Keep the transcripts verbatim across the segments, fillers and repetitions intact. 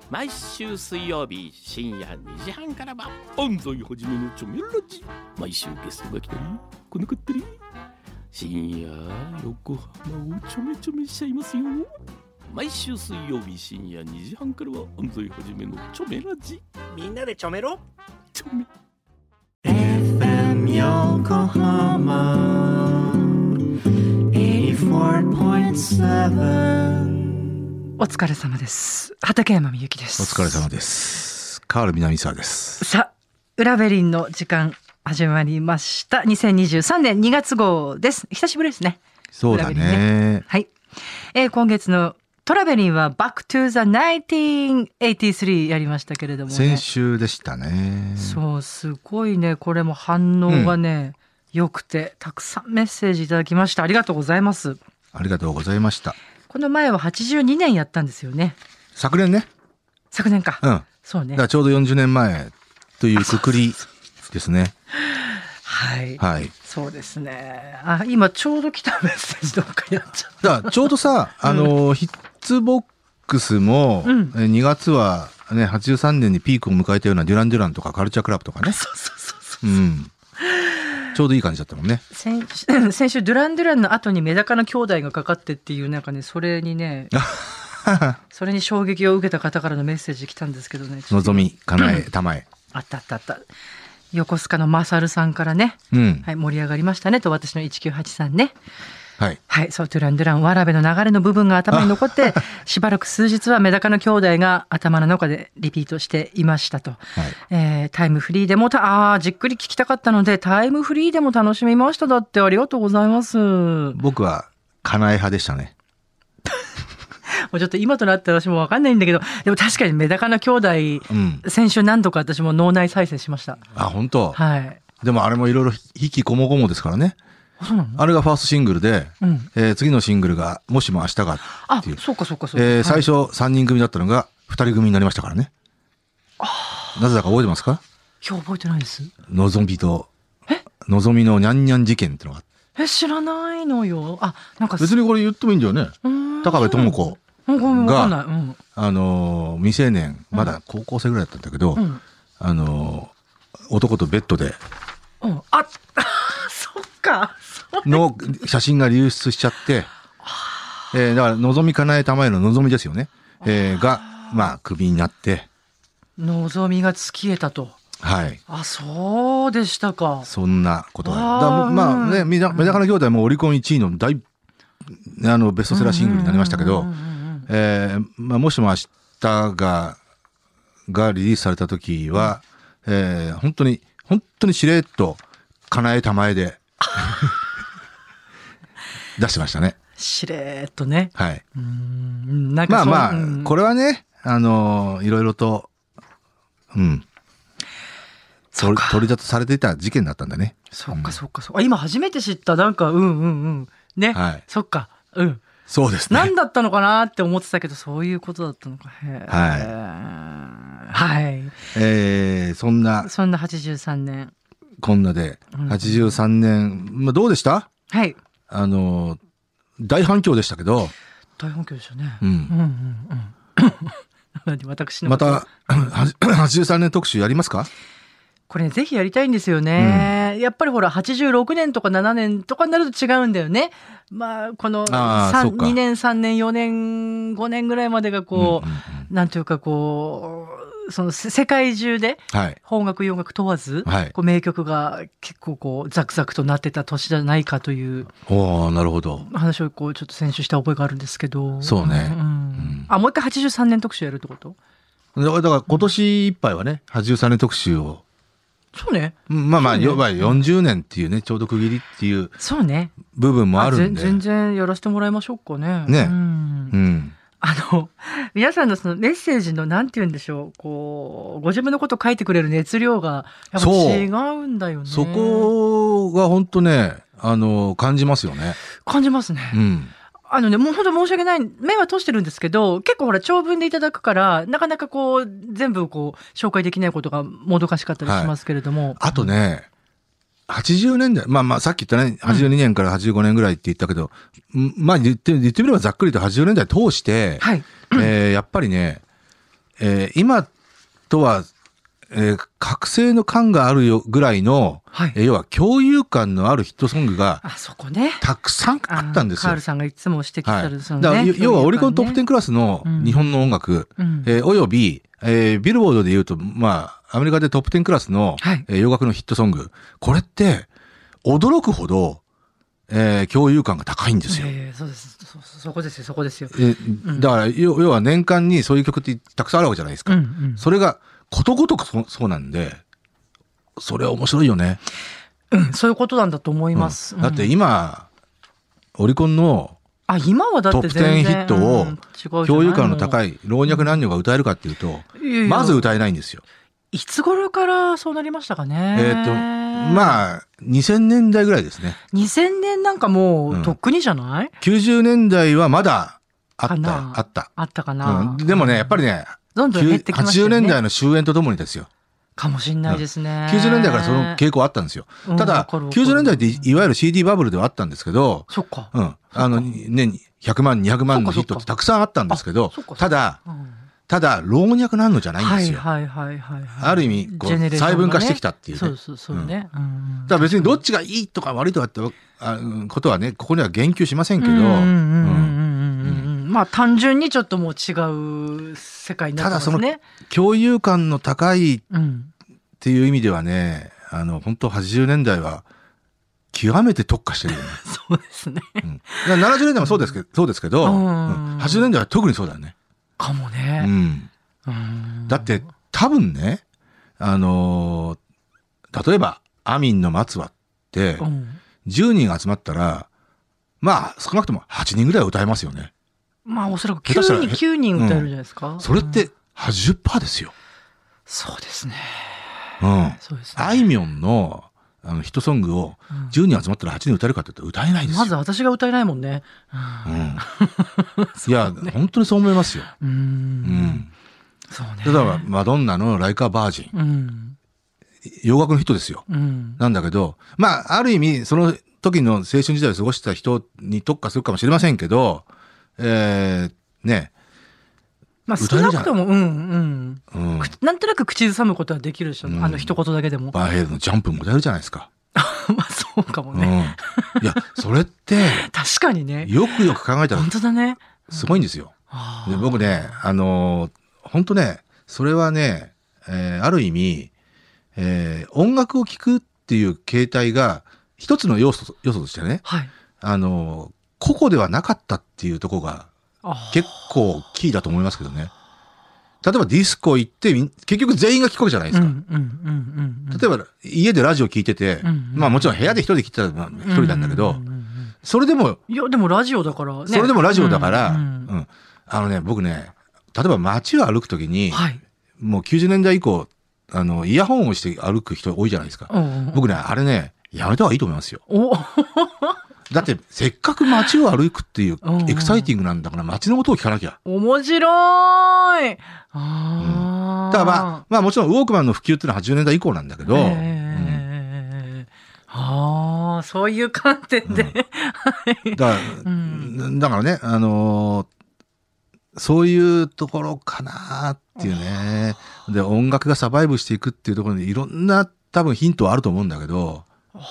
毎週水曜日深夜にじはんからは安西はじめのチョメラジ。毎週ゲストが来たり来なかったり、深夜横浜をちょめちょめしちゃいますよ。毎週水曜日深夜にじはんからは安西はじめのチョメラジ。 みんなでちょめろチョメエフエム 横浜 はちじゅうよんてんなな。 お疲れ様です。畠山みゆきです。 お疲れ様です。カール南沢です。 さあ、裏ベリンの時間始まりました。にせんにじゅうさんねんにがつ号です。久しぶりですね。 そうだ ね, ねはい、えー、今月のトラベリンは Back to the ナインティーンエイティースリーやりましたけれども、ね、 先週でしたね。 そうすごいね、これも反応がね、うん、良くてたくさんメッセージいただきました。ありがとうございます。 ありがとうございました。 この前ははちじゅうにねんやったんですよね。 昨年ね。 昨年か。 うん。 そうね。 だからちょうどよんじゅうねんまえというくくりですね。 はい。 はい。 そうですね。あ、今ちょうど来たメッセージどっかやっちゃった。 だからちょうどさ、あの、うん、ヒッツボックスも、うん、にがつはね、はちじゅうさんねんにピークを迎えたようなデュラン・デュランとかカルチャークラブとかね。 そうそうそうそう。 うん。ちょうどいい感じだったもんね。 先, 先週デュラン・デュランの後にメダカの兄弟がかかってっていう、なんかね、それにねそれに衝撃を受けた方からのメッセージ来たんですけどね。 のぞみ、かなえ、たまえあったあったあった。横須賀のマサルさんからね、うんはい、盛り上がりましたねと、私のいちきゅうはちさんね。はい、はい、そう、デュラン・デュラン、わらべの流れの部分が頭に残ってしばらく数日はメダカの兄弟が頭の中でリピートしていましたと、はいえー、タイムフリーでもたあじっくり聞きたかったのでタイムフリーでも楽しみました。だってありがとうございます。 僕はかなえ派でしたねもうちょっと今となって私も分かんないんだけど、でも確かにメダカの兄弟、うん、先週何度か私も脳内再生しました。 あ、本当。 はい。 でもあれもいろいろ引きこもごもですからね。 あ、そうなの？ あれがファーストシングルで、うんえー、次のシングルがもしも明日がっていう。 あ、そうかそうかそうか。 えー、最初さんにん組だったのがふたり組になりましたからね。あなぜだか覚えてますか？ いや覚えてないです。 のぞみとのぞみのニャンニャン事件ってのがえ知らないのよ。あなんか別にこれ言ってもいいんだよね。高部智子が、うん、あのー、未成年まだ高校生ぐらいだったんだけど、うん、あのー、男とベッドで、 うん、あそっかの写真が流出しちゃって、えー、だからのぞみかなえたまえののぞみですよね、えー、がまあクビになってのぞみが突き得たと。 はい。 あ、そうでしたか。 そんなことがだまあね、メダカの兄弟もオリコンいちいの大あのベストセラーシングルになりましたけど、えーまあ、もしも明日ががリリースされた時は、うんえー、本当に本当にしれっとかなえたまえで出してましたね。 しれっとね。 はい。 うーんなんかまあまあ、 うん、 これはねあのいろいろとうん取り沙汰されていた事件だったんだね。 そっかそっかそっか。今初めて知った。なんかうんうんうんね、はい、そっかうんそうですね。 何だったのかなって思ってたけどそういうことだったのか。へはいはい、 えー、そんなそんなはちじゅうさんねんこんなで、うん、はちじゅうさんねん、まあ、どうでした？はいあの大反響でしたけど。 大反響でしたね。 うんうんうんうん私のまたはちじゅうさんねん特集やりますか？ これ、ね、ぜひやりたいんですよね、うん、やっぱりほらはちじゅうろくねんとかななねんとかになると違うんだよね。まあこのにねんさんねんよねんごねんぐらいまでがこう、うんうんうん、なんというかこうその世界中で邦楽洋楽問わず、はい、こう名曲が結構こうザクザクとなってた年じゃないかというなるほど話をこうちょっと先週した覚えがあるんですけど。 そうね、 うんうん、あもう一回はちじゅうさんねん特集やるってこと？ だから今年いっぱいはねはちじゅうさんねん特集をそうね。 まあまあ、ね、よんじゅうねんっていうね、ちょうど区切りっていうそうね部分もあるんで。 全然やらせてもらいましょうかね。 ね。 うん。 うん、 あの、皆さんのそのメッセージのなんて言うんでしょう、こう、ご自分のことを書いてくれる熱量がやっぱ違うんだよね。 そこが本当ね、あの、感じますよね。 感じますね。 うん。 あのね、もう本当申し訳ない。目は閉じてるんですけど、結構ほら長文でいただくから、なかなかこう、全部こう、紹介できないことがもどかしかったりしますけれども。はい、 あとね、はちじゅうねんだい、まあまあさっき言ったね、はちじゅうにねんからはちじゅうごねんぐらいって言ったけど、うん、まあ言って、言ってみればざっくりとはちじゅうねんだい通して、はい、えー、やっぱりね、 えー、今とは、えー、覚醒の感があるよぐらいの、はい、えー、要は共有感のあるヒットソングが、 あそこね、 たくさんあったんですよ。 カールさんがいつも指摘される、そのね、 はい、だから要はオリコントップテンクラスの日本の音楽、うん、えー、および、えー、ビルボードで言うと、まあ、アメリカでトップテンクラスの、はい、えー、洋楽のヒットソング、これって、驚くほど、えー、共有感が高いんですよ。 えー、そうです。そ、そこですよ、そこですよ。 えーうん、だから要、要は年間にそういう曲ってたくさんあるわけじゃないですか。うんうん、それがことごとく そ, そうなんで、それは面白いよね。 うん、そういうことなんだと思います。 うん、だって今、オリコンのあ、今はだってトップテンヒットを共有感の高い老若男女が歌えるかっていうと、うん、いやいやまず歌えないんですよ。 いつ頃からそうなりましたかね。 えっと、まあ、にせんねんだいぐらいですね。 にせんねんなんかもう、とっくにじゃない、うん、 きゅうじゅうねんだいはまだあった、あった。 あったかな、 うん。でもね、やっぱりね、 どんどん減ってきましたよね。 はちじゅうねんだいの終焉とともにですよ。 かもしんないですね、 うん。きゅうじゅうねんだいからその傾向あったんですよ。ただ、きゅうじゅうねんだいっていわゆる シーディー バブルではあったんですけど、 そっか。 うん。あの、年にひゃくまん、にひゃくまんのヒットってたくさんあったんですけど、ただ、うん、ただ、老若男女じゃないんですよ。 はいはいはいはい、はい。 ある意味、こう、細分化してきたっていうね。 そうそうそうね。うん、 だから別にどっちがいいとか悪いとかってことはね、ここには言及しませんけど、 まあ単純にちょっともう違う世界になってますね。ただその共有感の高いっていう意味ではね、あの、本当はちじゅうねんだいは極めて特化してるよね。 そうですね。 うん、ななじゅうねんだいもそうですけど、そうですけど、うん、はちじゅうねんだいは特にそうだよね。 かもね。 うん。うんだって多分ね、あのー、例えばアミンの松はってじゅうにん集まったら、まあ少なくともはちにんぐらいは歌えますよね。 まあおそらくきゅうにん、きゅうにん歌えるじゃないですか。 うん、それってはちじゅっパーセントですよ。 そうですね。 うん。そうですね。あいみょんのあのヒットソングをじゅうにん集まったらはちにん歌えるかって言ったら歌えないですよ。 まず私が歌えないもんね。 うん。うん、いや、ね、本当にそう思いますよ。うん。うん。 そうね。 例えばマドンナのライカーバージン。うん。洋楽のヒットですよ。うん。なんだけど、まあある意味その時の青春時代を過ごした人に特化するかもしれませんけど、えー、ね。 まあ少なくとも、うんうん、うん。なんとなく口ずさむことはできるでしょ。うん、あの一言だけでも。 バーヘイドのジャンプも歌えるじゃないですか。 まあそうかもね。 うん、いや、それって、 確かにね。 よくよく考えたら、 本当だね。 すごいんですよ。で僕ね、あのー、本当ね、それはね、えー、ある意味、えー、音楽を聴くっていう形態が一つの要素、要素としてね、はい、あのー、個々ではなかったっていうところが結構キーだと思いますけどね。例えばディスコ行って結局全員が聞くわけじゃないですか。例えば家でラジオ聞いてて、うんうん、まあもちろん部屋で一人で聞いてたら一人なんだけど、それでもいやでもラジオだからね。 それでもラジオだから、うんうんうん、あのね僕ね例えば街を歩くときに、はい、もうきゅうじゅうねんだい以降あのイヤホンをして歩く人多いじゃないですか。うんうん、僕ねあれねやめた方がいいと思いますよ。だってせっかく街を歩くっていうエキサイティングなんだから街の音を聞かなきゃ。 面白い。 あうん、ただまあまあもちろんウォークマンの普及っていうのははちじゅうねんだい以降なんだけど。うん、 ああそういう観点で。 うん、だから、うん、だからねあのー、そういうところかなっていうね。で音楽がサバイブしていくっていうところにいろんな多分ヒントはあると思うんだけど。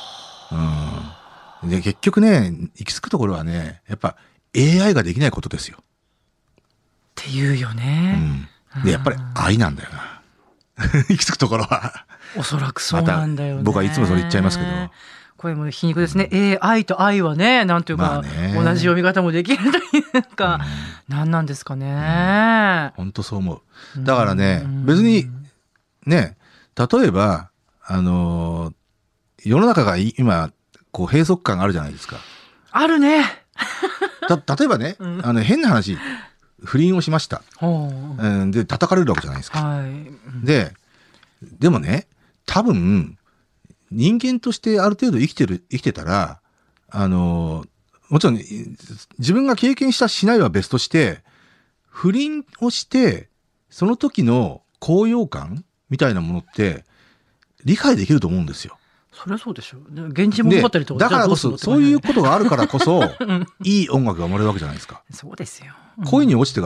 うん、で結局ね行き着くところはねやっぱ エーアイ ができないことですよ。 っていうよね。 うん、でやっぱり愛なんだよな行き着くところは。 おそらくそうなんだよね。ま、 僕はいつもそれ言っちゃいますけど。 これも皮肉ですね。うん、エーアイ と愛はねなんというか、まあね、同じ読み方もできるというか、うん、何なんですかね。 本当、うん、そう思う。だからね、うん、別にね例えばあのー、世の中が今こう閉塞感があるじゃないですか。 あるね。 た例えばね、うん、あの変な話不倫をしました。うん、で叩かれるわけじゃないですか。はい、ででもね多分人間としてある程度生きてる生きてたらあのもちろん自分が経験したしないは別として不倫をしてその時の高揚感みたいなものって理解できると思うんですよ。 そりゃそうでしょう。現地物語とかだからこそそういうことがあるからこそいい音楽が生まれるわけじゃないですか。 そうですよ。 うん、恋に落ちてが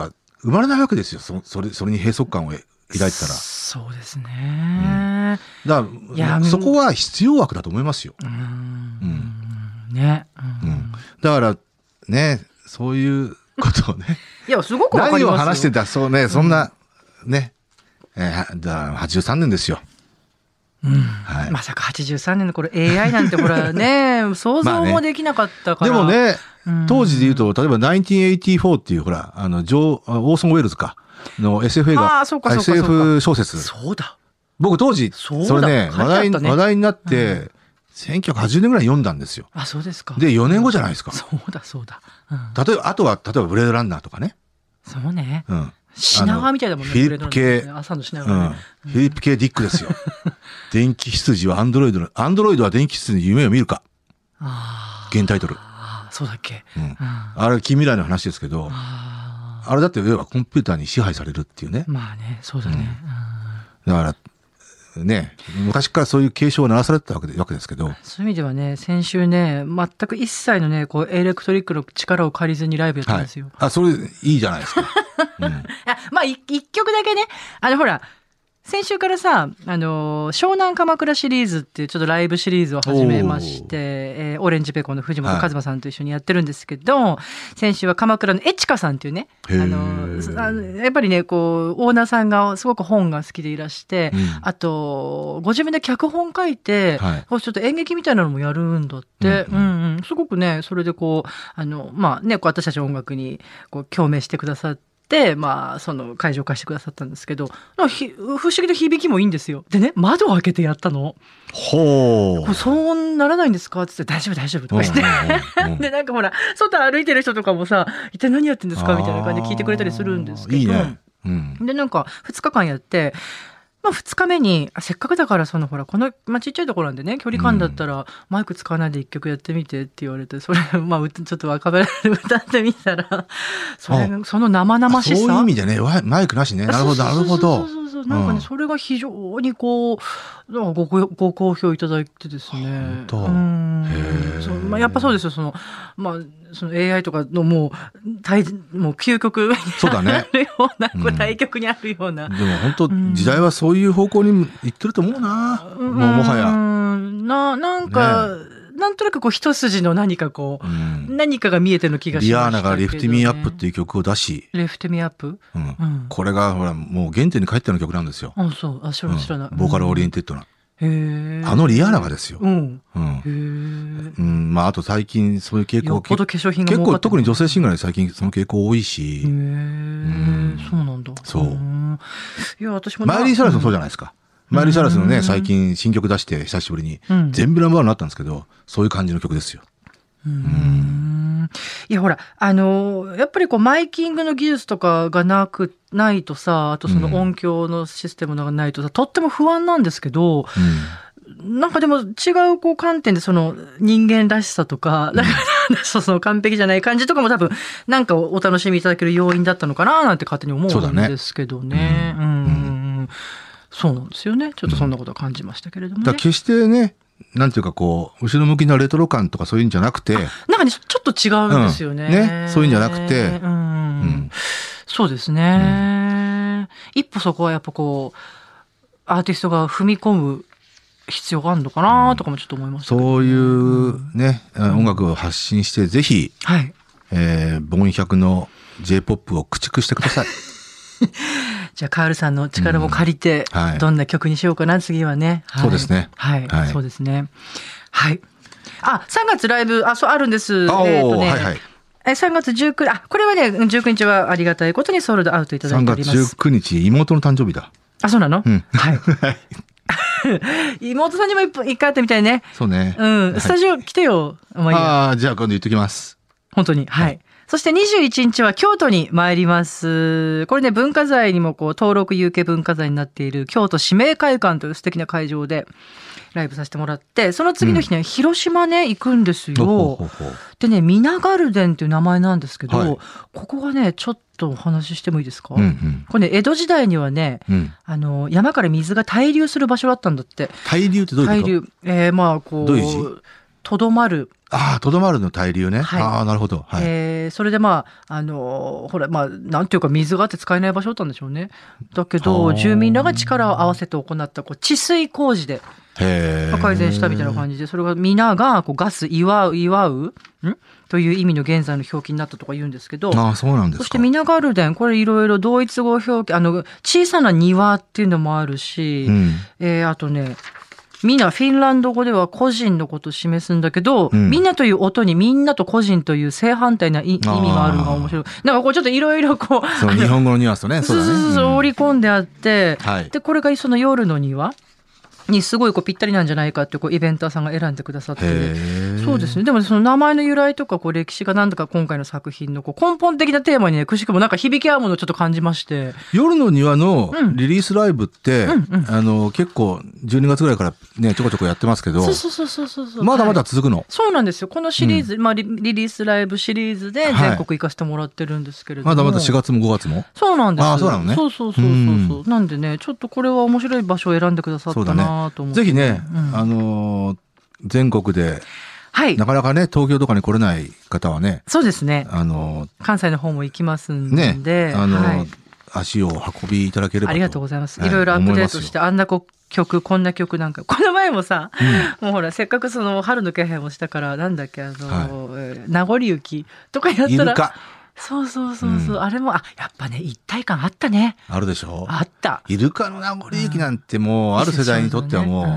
生まれないわけですよ。そそれそれに閉塞感を抱いてたら。 そうですね。 うん、だからいやそこは必要枠だと思いますよ。うんうん、ね、 うんうん。だからねそういうことをね。 いやすごくわかりますよ。 何を話してたそうねそんな、うん、ね、えー、だはちじゅうさんねんですよ。 うんはい、まさかはちじゅうさんねんの頃 エーアイ なんてほらね想像もできなかったから、 まあね、でもね、うん、当時で言うと例えばせんきゅうひゃくはちじゅうよんっていうほらあのジョーオーソン・ウェルズかの エスエフ 映画 エスエフ 小説そうだ僕当時それね話題、ね、話題になって、うん、せんきゅうひゃくはちじゅうねんぐらい読んだんですよ。 あそうですか。 でよねんごじゃないですか。 そうだそうだ、 うん、例えばあとは例えばブレードランナーとかね。 そうね、 うん品川みたいだもんね。 フィリップ系、 朝の品川、ねうん、フィリップ系ディックですよ。電気羊はアンドロイドの、アンドロイドは電気羊に夢を見るか。原タイトル。 あそうだっけ、 うん、あれ近未来の話ですけど、あ, あれだって要はコンピューターに支配されるっていうね。 まあね、そうだね。 うん、だから、ね、昔からそういう警鐘を鳴らされてたわけで、わけですけど。 そういう意味ではね、先週ね、全く一切のね、こう、エレクトリックの力を借りずにライブやったんですよ。 はい、あ、それいいじゃないですか。 うん、まあ、一曲だけね、あの、ほら、先週からさ、あの湘南鎌倉シリーズっていうちょっとライブシリーズを始めまして、えー、オレンジペコの藤本一馬さんと一緒にやってるんですけど、はい、先週は鎌倉のエチカさんっていうね、あのやっぱりねこうオーナーさんがすごく本が好きでいらして、うん、あとご自分で脚本書いて、はい、ちょっと演劇みたいなのもやるんだって、うんうんうんうん、すごくねそれでこうあのまあねこう私たち音楽にこう共鳴してくださって。でまあ、その会場を貸してくださったんですけど不思議と響きもいいんですよ。でね窓を開けてやったの。 ほうそうならないんですかって言って大丈夫大丈夫とか言ってでなんかほら外歩いてる人とかもさ一体何やってんですかみたいな感じで聞いてくれたりするんですけどいいね、うん、 でなんかふつかかんやってまあ、ふつかめにせっかくだからそのほらこの、まあ、ちっちゃいところなんでね距離感だったらマイク使わないで一曲やってみてって言われてそれ、まあ、ちょっと若林で歌ってみたらそれその生々しさそういう意味でねマイクなしねなるほどなるほどそうそうそうなんかね、うん、それが非常にこうご, ご好評いただいてですね本当うんそう、まあ、やっぱそうですよその、まあ、その エーアイ とかのもう大もう究極にあるようなう、ね、対極にあるような、 うん、でも本当時代はそういう方向に行ってると思うな、うん、もうもはやななんか、ねなんとなくこう一筋の何かこう、うん、何かが見えてる気がしましたけど、ね、 リアーナがリフティミーアップっていう曲を出しリフティミーアップ、 うんうん、これがほらもう原点に帰っての曲なんですよ。 あそうあ知らない知らない、 うん、ボーカルオリエンテッドな、 うん、へあのリアーナがですよ、 うんうんへうんまあ、あと最近そういう傾向結構特に女性シンガーに最近その傾向多いしへ、うん、 そうなんだそう、うん、 いや私もマイリー・サラスもそうじゃないですか、うん、マイリー・サラスのね最近新曲出して久しぶりに、うん、全部ナンバーワンになったんですけどそういう感じの曲ですよ。 うーんいやほらあのやっぱりこうマイキングの技術とかがなくないとさあとその音響のシステムがないとさ、うん、とっても不安なんですけど、うん、なんかでも違うこう観点でその人間らしさとか、うん、だからその完璧じゃない感じとかも多分なんかお楽しみいただける要因だったのかななんて勝手に思うんですけどね。うんうん、そうなんですよね。ちょっとそんなことは感じましたけれどもね。 だ決してねなんていうかこう後ろ向きなレトロ感とかそういうんじゃなくてなんかねちょっと違うんですよね。 うん、ねそういうんじゃなくて、 うんうん、そうですね、うん、一歩そこはやっぱこうアーティストが踏み込む必要があるのかなとかもちょっと思いますけど、ね、 そういうね、うん、音楽を発信してぜひ、 はいえー、ボン百の J-ポップ を駆逐してください。 じゃあカールさんの力も借りて、うんはい、どんな曲にしようかな次はね、 はい、そうですねはい、はい、そうですねはいあさんがつライブあそうあるんですえーとね、はいはい、さんがつじゅうくにちあこれはねじゅうくにちはありがたいことにソールドアウトいただいております。 さんがつじゅうくにち妹の誕生日だ。 あそうなの、 うん、 はい妹さんにも一回会ってみたいね。 そうね、 うん、スタジオ来てよ。 ああじゃあ今度言っときます。 本当にはい、はいそしてにじゅういちにちは京都に参ります。これね文化財にもこう登録有形文化財になっている京都市民会館という素敵な会場でライブさせてもらってその次の日ね、うん、広島ね行くんですよ。 ほうほうほうでねミナガルデンっていう名前なんですけど、はい、ここがねちょっとお話ししてもいいですか、 うんうん、 これね江戸時代にはね、うん、あの山から水が滞留する場所だったんだって。 滞留ってどういうこと？ 滞留、えー、まあこうどういう字？ とどまる。 ああ、とどまるの対流ね。 はい、 ああ、なるほど。はい、 えー、それでまあ、あのー、ほら、まあ、なんていうか水があって使えない場所だったんでしょうね。だけど、住民らが力を合わせて行ったこう治水工事で改善したみたいな感じで、それが皆がこうガス祝う、祝う、んという意味の現在の表記になったとか言うんですけど、 あ、そうなんですか。 そしてミナガルデン、これいろいろ同一語表記、あの、小さな庭っていうのもあるし、うん、えー、あとね、みんなフィンランド語では個人のことを示すんだけど、うん、みんなという音にみんなと個人という正反対な意味があるのが面白い。なんかこうちょっといろいろこう。 そう、日本語のニュアンスとね。 そうだね。そうそう、織り込んであって、はい、で、これがその夜の庭にすごいこうぴったりなんじゃないかってこうイベンターさんが選んでくださって、そうですね。でもその名前の由来とかこう歴史がなんだか今回の作品のこう根本的なテーマにね、くしくもなんか響き合うものをちょっと感じまして。 夜の庭のリリースライブって、うんうんうん、あの結構じゅうにがつぐらいからねちょこちょこやってますけど、 そうそうそうそうそう、 まだまだ続くの、はい、 そうなんですよ。このシリーズ、うん、まあリリースライブシリーズで全国行かせてもらってるんですけれども、 はい、まだまだしがつもごがつも、 そうなんです。 あ、そうなのね。 そうそうそうそうそう、なんでね、ちょっとこれは面白い場所を選んでくださったなと思って、ね、ぜひね、うん、 あのー、全国で、はい、なかなかね東京とかに来れない方はね、 そうですね、 あのー、 関西の方も行きますんで、 ね、あのーはい、足を運びいただければと、 ありがとうございます。いろいろアップデートして、あんなこ曲こんな曲なんかこの前もさ、うん、もうほらせっかくその春の気配もしたからなんだっけあの、はい、名残雪とかやったら、そうそうそうそう、うん、あれもあやっぱね一体感あったね。 あるでしょ。 あった。 イルカの名残雪なんてもう、うん、ある世代にとってはもう、うん、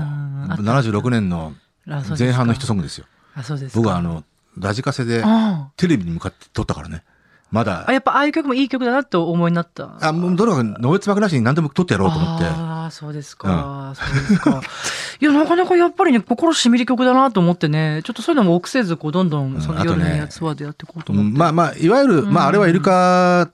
ななじゅうろくねんの前半のヒットソングですよ。 あ、そうですか。 僕はあのラジカセでテレビに向かって撮ったからね。まだあやっぱああいう曲もいい曲だなと思いになった。 あもうどれかのべつ幕なしに何でも撮ってやろうと思って。 ああそうですか、うん、そうですか。いやなかなかやっぱりね心しみる曲だなと思ってね、ちょっとそういうのも臆せずこうどんどんその夜のやつはでやっていこうと思って、うん、 まあまあいわゆる、うん、まああれはイルカ、はい、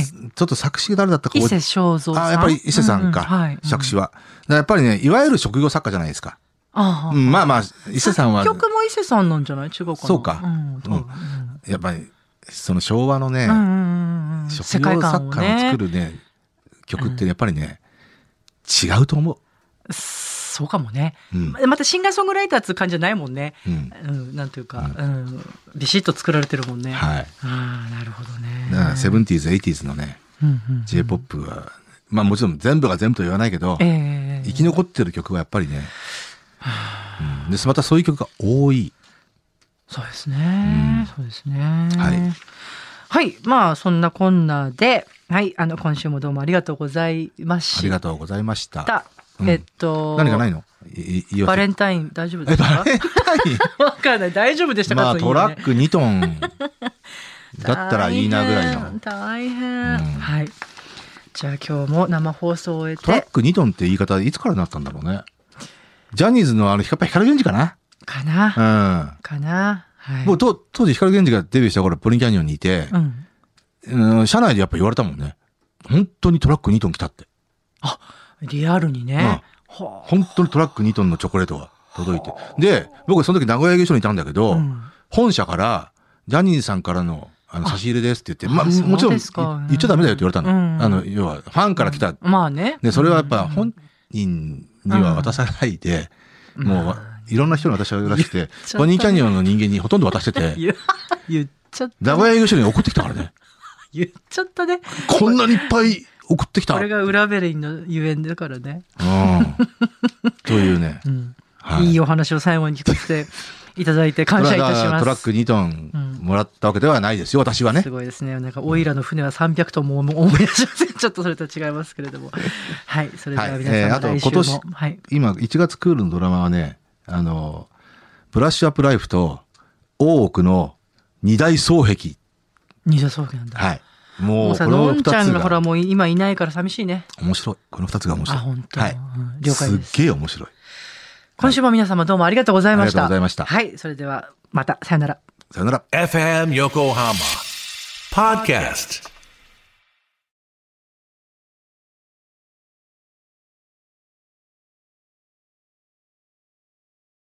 ちょっと作詞が誰だったか伊勢正蔵さん。 あやっぱり伊勢さんか、うんうんはい、作詞はやっぱりねいわゆる職業作家じゃないですか。ああ、うん、まあまあ伊勢さんは曲も伊勢さんなんじゃない違うかな。 そうか、うんうん、やっぱりその昭和のね、うんうんうん、職業作家の作るね曲ってやっぱりね、うん、違うと思う。 そうかもね、うん、またシンガーソングライターっていう感じじゃないもんね、うんうん、なんていうか、うんうん、ビシッと作られてるもんね、はい、あなるほどね。 だからセブンティーズ、エイティーズのね、うんうんうん、J-ポップ はまあもちろん全部が全部と言わないけど、えー、生き残ってる曲はやっぱりね、うん、でまたそういう曲が多い。 そうですね、うん、そうですね。はい。はい、まあそんなこんなで、はい、あの今週もどうもありがとうございました。 ありがとうございました。 うん、えっと何かないの？ バレンタイン大丈夫ですか？ バレンタイン？ わかんない。大丈夫でしたか？ まあトラックにトンだったらいいなぐらいの。 大変。うん、はい。じゃあ今日も生放送を終えて。 トラックにトンって言い方いつからなったんだろうね。ジャニーズのあのやっぱり光源氏かな。 かな、うん、かな、はい、 もう当時光源氏がデビューした頃プリンキャニオンにいて、うんうん、社内でやっぱ言われたもんね。本当にトラックにトン来たって。 あリアルにね、 うん、本当にトラックにトンのチョコレートが届いて、で僕その時名古屋営業所にいたんだけど、うん、本社からジャニーズさんからのあの差し入れですって言って、まあもちろん言っちゃダメだよって言われたの、うん、あの要はファンから来た、うん、 まあね、 でそれはやっぱ本人には渡さないで、うん、もういろんな人に私は言わせて、ポニーキャニオンの人間にほとんど渡してて、 言っちゃった。 名古屋営業所に送ってきたからね。 言っちゃったね。 こんなにいっぱい送ってきた。 これが裏ベリンのゆえんだからね。 うん。というね、 うんはい。いいお話を最後に聞かせていただいて感謝いたします。 トラックにトンもらったわけではないですよ、私はね。 すごいですね。なんかオイラの船はさんびゃくトンも思い出しません。ちょっとそれと違いますけれども。はい。それでは皆さん、はいえー、あと今年、はい、 今いちがつクールのドラマはね、あのブラッシュアップライフと大奥の二大双璧。 二大双璧なんだ。 はい。もうこのふたつが。のんちゃんがほらもう今いないから寂しいね。 面白い。このふたつが面白い。 あ本当。 はい。 うん、了解です。 すっげえ面白い。 今週も皆様どうもありがとうございました。 ありがとうございました。 はい。それではまたさよなら。 さよなら。 エフエム Yokohama Podcast